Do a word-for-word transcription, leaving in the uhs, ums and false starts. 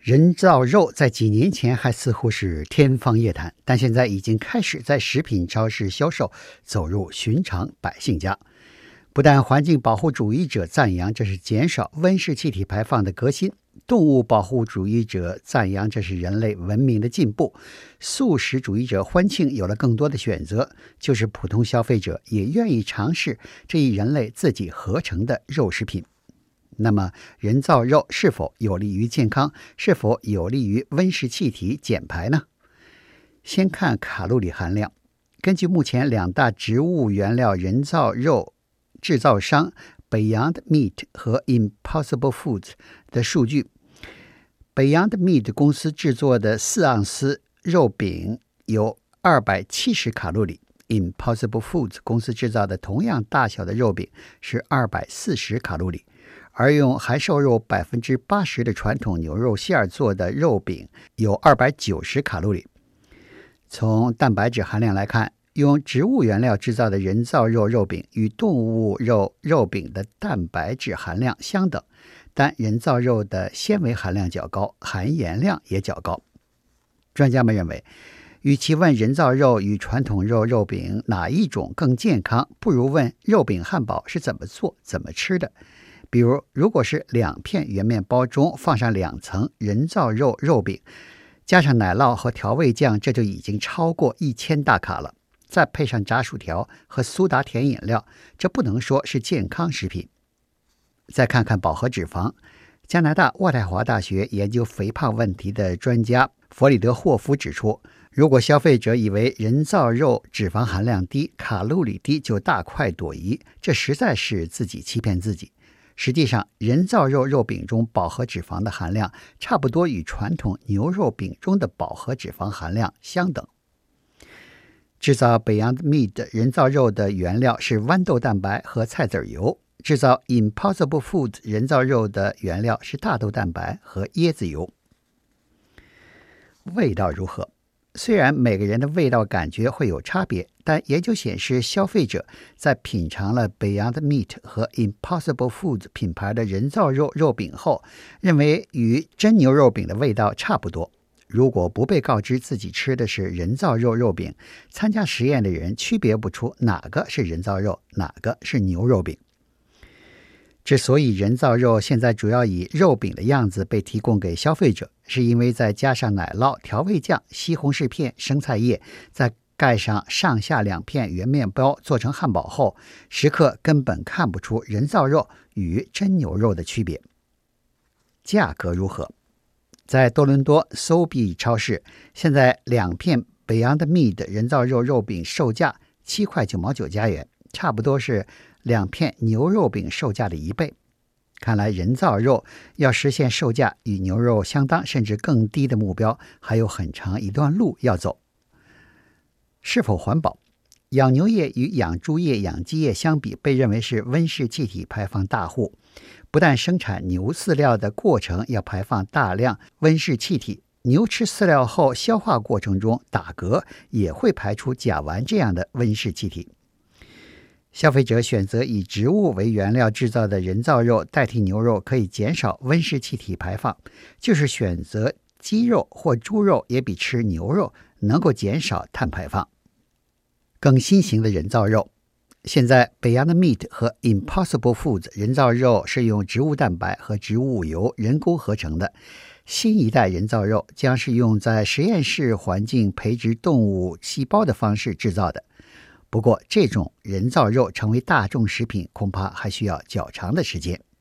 人造肉在几年前还似乎是天方夜谭，但现在已经开始在食品超市销售，走入寻常百姓家。不但环境保护主义者赞扬这是减少温室气体排放的革新，动物保护主义者赞扬这是人类文明的进步，素食主义者欢庆有了更多的选择，就是普通消费者也愿意尝试这一人类自己合成的肉食品。那么人造肉是否有利于健康？是否有利于温室气体减排呢？先看卡路里含量。根据目前两大植物原料人造肉制造商 Beyond Meat 和 Impossible Foods 的数据， Beyond Meat 公司制作的四盎司肉饼有二百七十卡路里， Impossible Foods 公司制造的同样大小的肉饼是二百四十卡路里。而用含瘦肉 百分之八十 的传统牛肉馅做的肉饼有二百九十卡路里。从蛋白质含量来看，用植物原料制造的人造肉肉饼与动物肉肉饼的蛋白质含量相等，但人造肉的纤维含量较高，含盐量也较高。专家们认为，与其问人造肉与传统肉肉饼哪一种更健康，不如问肉饼汉堡是怎么做、怎么吃的。比如，如果是两片圆面包中放上两层人造肉肉饼，加上奶酪和调味酱，这就已经超过一千大卡了。再配上炸薯条和苏打甜饮料，这不能说是健康食品。再看看饱和脂肪，加拿大渥太华大学研究肥胖问题的专家弗里德霍夫指出，如果消费者以为人造肉脂肪含量低、卡路里低就大快朵颐，这实在是自己欺骗自己。实际上，人造肉肉饼中饱和脂肪的含量差不多与传统牛肉饼中的饱和脂肪含量相等。制造 Beyond Meat 人造肉的原料是豌豆蛋白和菜籽油，制造 Impossible Foods 人造肉的原料是大豆蛋白和椰子油。味道如何？虽然每个人的味道感觉会有差别，但研究显示，消费者在品尝了 Beyond Meat 和 Impossible Foods 品牌的人造肉肉饼后，认为与真牛肉饼的味道差不多。如果不被告知自己吃的是人造肉肉饼，参加实验的人区别不出哪个是人造肉，哪个是牛肉饼。之所以人造肉现在主要以肉饼的样子被提供给消费者，是因为再加上奶酪、调味酱、西红柿片、生菜叶，再盖上上下两片圆面包做成汉堡后，食客根本看不出人造肉与真牛肉的区别。价格如何？在多伦多 Sobeys 超市，现在两片 Beyond Meat 人造肉肉饼售价七块九毛九加元，差不多是两片牛肉饼售价的一倍。看来人造肉要实现售价与牛肉相当甚至更低的目标，还有很长一段路要走。是否环保？养牛业与养猪业、养鸡业相比，被认为是温室气体排放大户。不但生产牛饲料的过程要排放大量温室气体，牛吃饲料后消化过程中打嗝也会排出甲烷这样的温室气体。消费者选择以植物为原料制造的人造肉代替牛肉，可以减少温室气体排放，就是选择鸡肉或猪肉也比吃牛肉能够减少碳排放。更新型的人造肉，现在 Beyond Meat 和 Impossible Foods 人造肉是用植物蛋白和植物油人工合成的，新一代人造肉将是用在实验室环境培植动物细胞的方式制造的。不过，这种人造肉成为大众食品，恐怕还需要较长的时间。